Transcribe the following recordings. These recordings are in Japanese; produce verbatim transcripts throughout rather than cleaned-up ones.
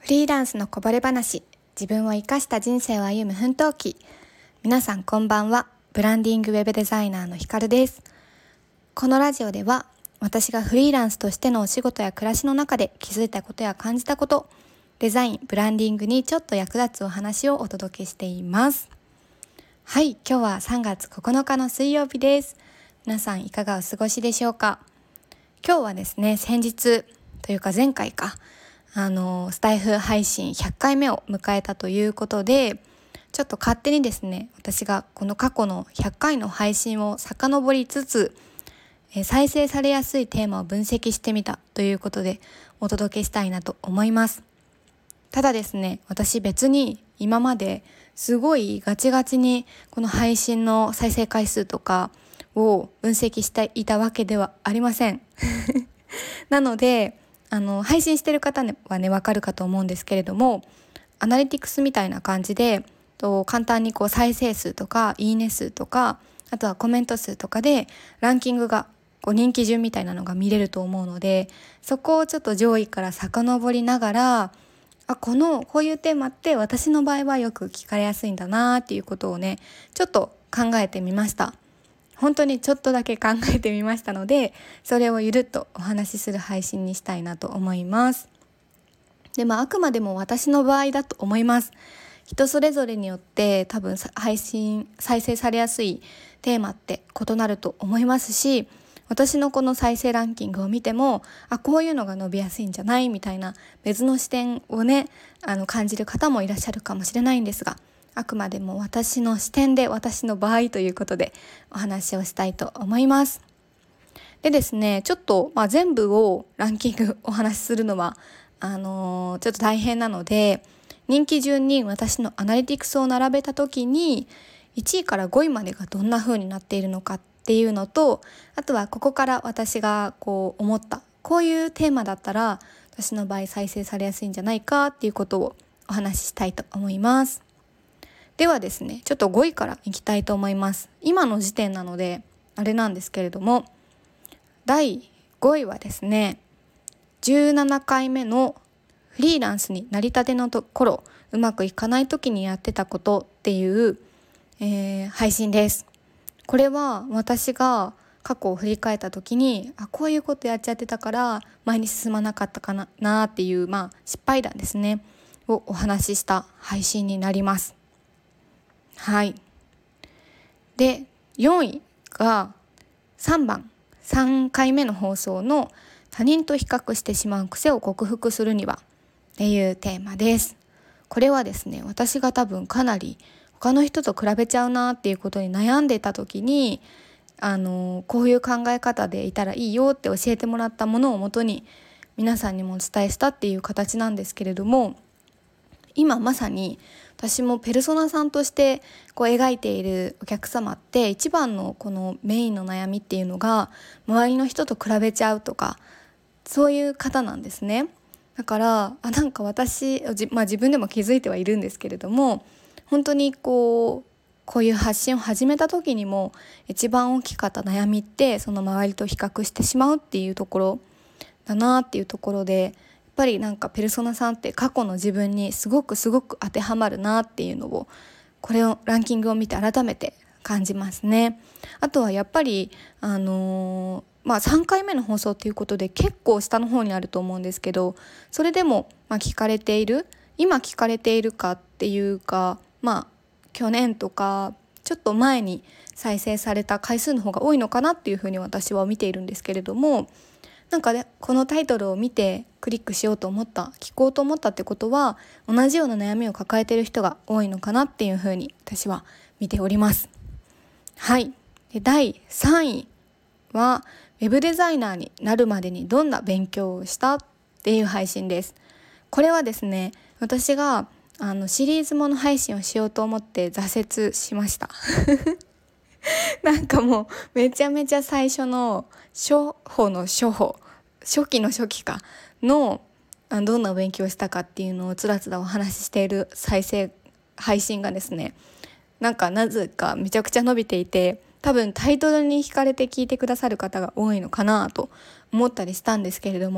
フリーランスのこぼれ話、自分を生かした人生を歩む奮闘記。皆さんこんばんは。ブランディングウェブデザイナーのひかるです。このラジオでは私がフリーランスとしてのお仕事や暮らしの中で気づいたことや感じたこと、デザイン、ブランディングにちょっと役立つお話をお届けしています。はい、今日はさんがつここのかの水曜日です。皆さんいかがお過ごしでしょうか。今日はですね、先日というか前回かあのスタイフ配信ひゃっかいめを迎えたということで、ちょっと勝手にですね、私がこの過去のひゃっかいの配信を遡りつつ、え再生されやすいテーマを分析してみたということでお届けしたいなと思います。ただですね、私別に今まですごいガチガチにこの配信の再生回数とかを分析していたわけではありませんなのであの配信してる方はね、わかるかと思うんですけれども、アナリティクスみたいな感じでと簡単にこう再生数とかいいね数とか、あとはコメント数とかでランキングがこう人気順みたいなのが見れると思うので、そこをちょっと上位から遡りながら、あこのこういうテーマって私の場合はよく聞かれやすいんだなっていうことをね、ちょっと考えてみました。本当にちょっとだけ考えてみましたので、それをゆるっとお話しする配信にしたいなと思います。でもあくまでも私の場合だと思います。人それぞれによって多分配信再生されやすいテーマって異なると思いますし、私のこの再生ランキングを見ても、あこういうのが伸びやすいんじゃないみたいな別の視点をね、あの感じる方もいらっしゃるかもしれないんですが、あくまでも私の視点で私の場合ということでお話をしたいと思います。でですね、ちょっと、まあ、全部をランキングお話しするのはあのー、ちょっと大変なので、人気順に私のアナリティクスを並べた時にいちいからごいまでがどんな風になっているのかっていうのと、あとはここから私がこう思ったこういうテーマだったら私の場合再生されやすいんじゃないかっていうことをお話ししたいと思います。ではですね、ちょっとごいからいきたいと思います。今の時点なのであれなんですけれども、だいごいはですね、じゅうななかいめのフリーランスになりたてのところ、うまくいかない時にやってたことっていう、えー、配信です。これは私が過去を振り返った時に、あこういうことやっちゃってたから前に進まなかったかななっていう、まあ、失敗談ですねをお話しした配信になります。はい。で、よんいがさんばん、さんかいめの放送の他人と比較してしまう癖を克服するにはっていうテーマです。これはですね、私が多分かなり他の人と比べちゃうなっていうことに悩んでた時に、あのこういう考え方でいたらいいよって教えてもらったものをもとに皆さんにもお伝えしたっていう形なんですけれども、今まさに私もペルソナさんとしてこう描いているお客様って、一番のこのメインの悩みっていうのが周りの人と比べちゃうとか、そういう方なんですね。だからあなんか私、まあ、自分でも気づいてはいるんですけれども、本当にこうこういう発信を始めた時にも一番大きかった悩みって、その周りと比較してしまうっていうところだなっていうところで、やっぱりなんかペルソナさんって過去の自分にすごくすごく当てはまるなっていうのを、これをランキングを見て改めて感じますね。あとはやっぱりあのーまあ、さんかいめの放送ということで結構下の方にあると思うんですけど、それでもまあ聞かれている今聞かれているかっていうか、まあ去年とかちょっと前に再生された回数の方が多いのかなっていうふうに私は見ているんですけれども、なんかね、このタイトルを見てクリックしようと思った、聞こうと思ったってことは、同じような悩みを抱えている人が多いのかなっていうふうに私は見ております。はい。で、だいさんいはウェブデザイナーになるまでにどんな勉強をしたっていう配信です。これはですね、私があのシリーズもの配信をしようと思って挫折しましたなんかもうめちゃめちゃ最初の初歩の初歩初期の初期かのどんな勉強をしたかっていうのをつらつらお話ししている再生配信がですね、なんかなぜかめちゃくちゃ伸びていて、多分タイトルに惹かれて聞いてくださる方が多いのかなと思ったりしたんですけれども、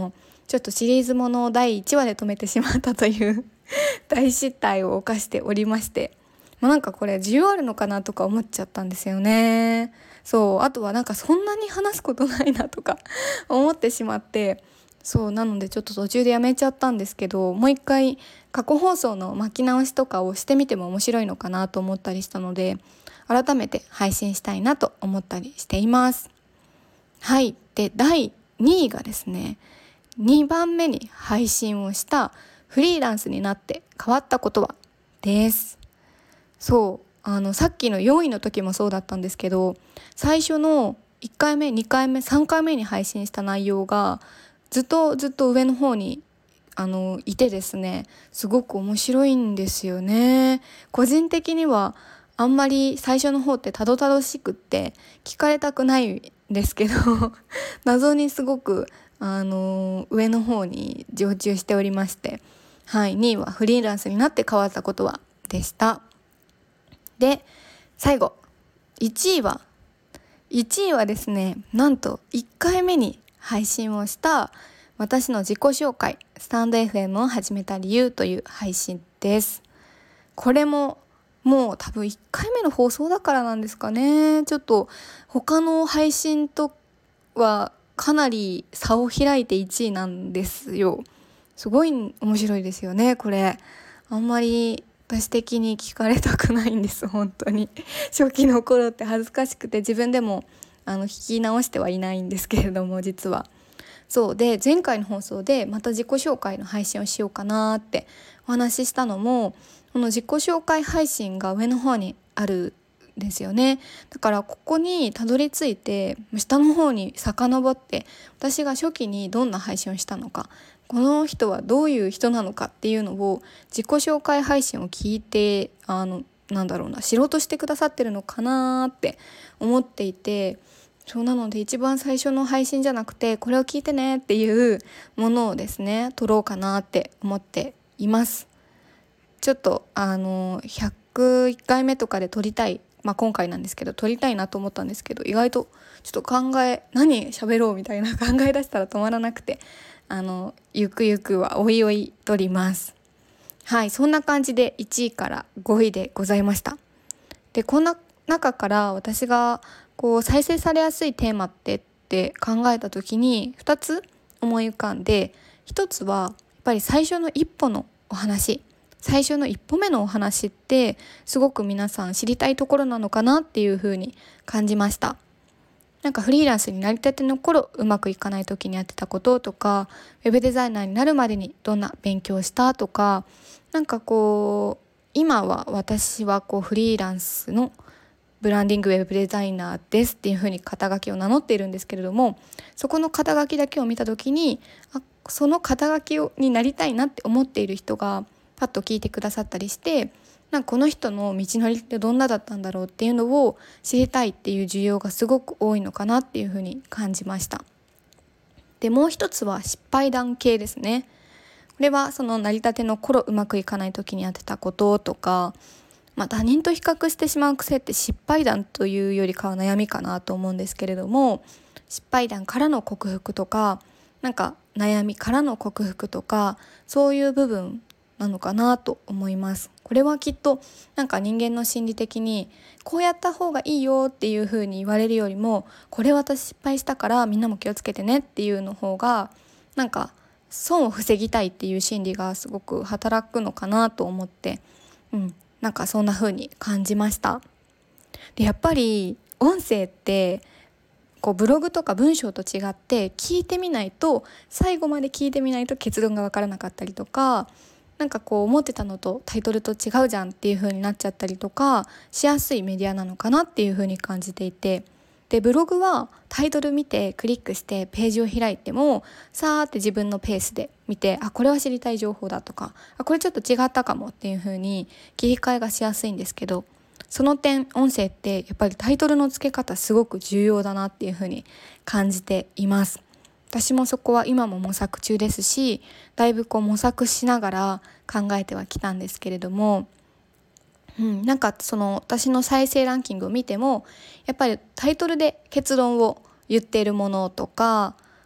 ちょっとシリーズものをだいいちわで止めてしまったという大失態を犯しておりまして、まあ、なんかこれ需要あるのかなとか思っちゃったんですよね。そうあとはなんかそんなに話すことないなとか思ってしまって、そうなのでちょっと途中でやめちゃったんですけど、もう一回過去放送の巻き直しとかをしてみても面白いのかなと思ったりしたので、改めて配信したいなと思ったりしています。はい。でだいにいがですね、にばんめに配信をしたフリーランスになって変わったことはです。そうあのさっきのよんいの時もそうだったんですけど、最初のいっかいめにかいめさんかいめに配信した内容がずっとずっと上の方にあのいてですね、すごく面白いんですよね。個人的にはあんまり最初の方ってたどたどしくって聞かれたくないんですけど謎にすごくあの上の方に常駐しておりまして、はい、にいはフリーランスになって変わったことはでした。で最後いちいはいちいはですね、なんといっかいめに配信をした私の自己紹介、スタンド エフエム を始めた理由という配信です。これももう多分いっかいめの放送だからなんですかね。ちょっと他の配信とはかなり差を開いていちいなんですよ。すごい面白いですよねこれ。あんまり私的に聞かれたくないんです本当に初期の頃って恥ずかしくて自分でもあの聞き直してはいないんですけれども、実はそうで前回の放送でまた自己紹介の配信をしようかなってお話ししたのも、この自己紹介配信が上の方にあるんですよね。だからここにたどり着いて下の方に遡って私が初期にどんな配信をしたのか、この人はどういう人なのかっていうのを自己紹介配信を聞いてあのなんだろうな知ろうとしてくださってるのかなって思っていて、そうなので一番最初の配信じゃなくてこれを聞いてねっていうものをですね撮ろうかなって思っています。ちょっとあのひゃくいっかいめとかで撮りたい、まあ今回なんですけど撮りたいなと思ったんですけど、意外とちょっと考え何喋ろうみたいな考え出したら止まらなくて、あのゆくゆくはおいおい撮ります。はい、そんな感じでいちいからごいでございました。でこんな中から私がこう再生されやすいテーマってって考えた時にふたつ思い浮かんで、ひとつはやっぱり最初の一歩のお話、最初の一歩目のお話ってすごく皆さん知りたいところなのかなっていう風に感じました。なんかフリーランスになりたての頃うまくいかない時にやってたこととか、ウェブデザイナーになるまでにどんな勉強をしたとか、なんかこう今は私はこうフリーランスのブランディングウェブデザイナーですっていう風に肩書きを名乗っているんですけれども、そこの肩書きだけを見た時にあその肩書きになりたいなって思っている人がパッと聞いてくださったりして、なんかこの人の道のりってどんなだったんだろうっていうのを知りたいっていう需要がすごく多いのかなっていうふうに感じました。でもう一つは失敗談系ですね。これはその成り立ての頃うまくいかない時にやってたこととか、まあ、他人と比較してしまう癖って失敗談というよりかは悩みかなと思うんですけれども、失敗談からの克服とか、なんか悩みからの克服とか、そういう部分なのかなと思います。これはきっとなんか人間の心理的にこうやった方がいいよっていう風に言われるよりも、これ私失敗したからみんなも気をつけてねっていうの方がなんか損を防ぎたいっていう心理がすごく働くのかなと思って、うん、なんかそんな風に感じました。でやっぱり音声ってこうブログとか文章と違って聞いてみないと、最後まで聞いてみないと結論が分からなかったりとか、なんかこう思ってたのとタイトルと違うじゃんっていう風になっちゃったりとかしやすいメディアなのかなっていう風に感じていて、でブログはタイトル見てクリックしてページを開いてもさーって自分のペースで見て、あこれは知りたい情報だとか、あこれちょっと違ったかもっていう風に切り替えがしやすいんですけど、その点音声ってやっぱりタイトルの付け方すごく重要だなっていう風に感じています。私もそこは今も模索中ですし、だいぶこう模索しながら考えてはきたんですけれども、うん、なんかその私の再生ランキングを見てもやっぱりタイトルで結論を言っているものとか、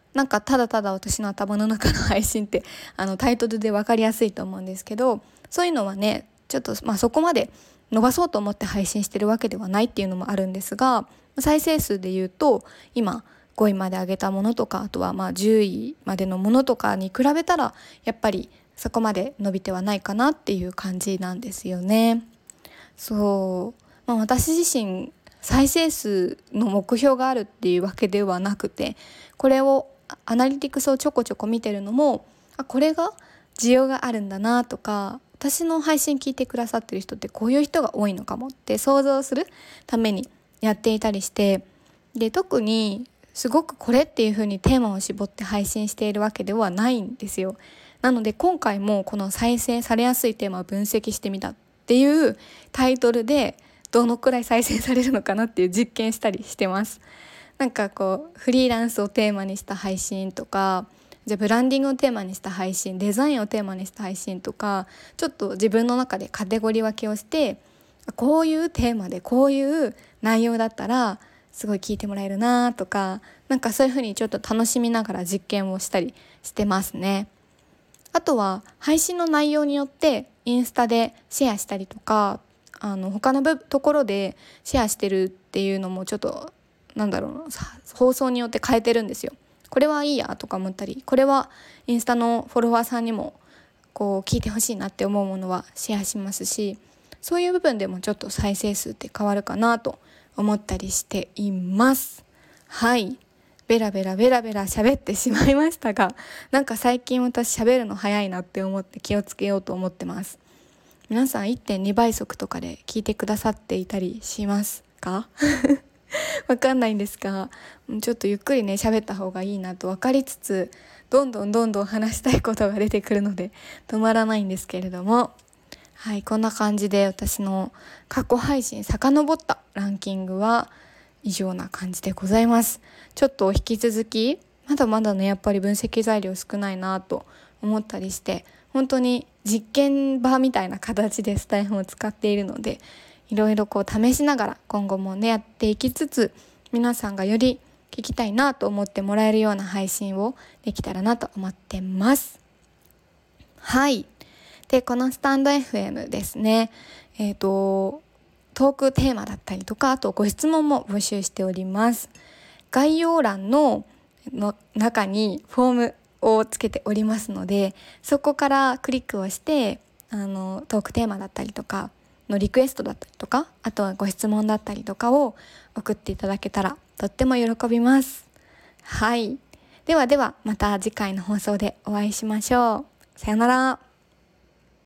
なんかただただ私の頭の中の配信ってあのタイトルで分かりやすいと思うんですけど、そういうのはねちょっと、まあ、そこまで伸ばそうと思って配信してるわけではないっていうのもあるんですが、再生数で言うと今ごいまで上げたものとか、あとはまあじゅういまでのものとかに比べたらやっぱりそこまで伸びてはないかなっていう感じなんですよね。そう、まあ、私自身再生数の目標があるっていうわけではなくて、これをアナリティクスをちょこちょこ見てるのも、あ、これが需要があるんだなとか、私の配信聞いてくださってる人ってこういう人が多いのかもって想像するためにやっていたりして、で特にすごくこれっていう風にテーマを絞って配信しているわけではないんですよ。なので今回もこの再生されやすいテーマを分析してみたっていうタイトルでどのくらい再生されるのかなっていう実験したりしてます。なんかこうフリーランスをテーマにした配信とか、じゃあブランディングをテーマにした配信、デザインをテーマにした配信とか、ちょっと自分の中でカテゴリー分けをして、こういうテーマでこういう内容だったらすごい聞いてもらえるなとか、なんかそういう風にちょっと楽しみながら実験をしたりしてますね。あとは配信の内容によってインスタでシェアしたりとか、あの他のところでシェアしてるっていうのもちょっとなんだろうな、放送によって変えてるんですよ。これはいいやとか思ったり、これはインスタのフォロワーさんにもこう聞いてほしいなって思うものはシェアしますし、そういう部分でもちょっと再生数って変わるかなと思ったりしています。はい、ベラベラベラベラ喋ってしまいましたが、なんか最近私喋るの早いなって思って気をつけようと思ってます。皆さん いってんに 倍速とかで聞いてくださっていたりしますか？わかんないんですが、ちょっとゆっくりね喋った方がいいなと分かりつつ、どんどんどんどん話したいことが出てくるので止まらないんですけれども、はい、こんな感じで私の過去配信遡ったランキングは以上な感じでございます。ちょっと引き続きまだまだねやっぱり分析材料少ないなと思ったりして、本当に実験場みたいな形でスタイフを使っているので、いろいろこう試しながら今後もねやっていきつつ、皆さんがより聞きたいなと思ってもらえるような配信をできたらなと思ってます。はい。で、このスタンド エフエム ですね、えっとトークテーマだったりとか、あとご質問も募集しております。概要欄のの中にフォームをつけておりますので、そこからクリックをしてあのトークテーマだったりとかのリクエストだったりとか、あとはご質問だったりとかを送っていただけたらとっても喜びます。はい。ではではまた次回の放送でお会いしましょう。さよなら。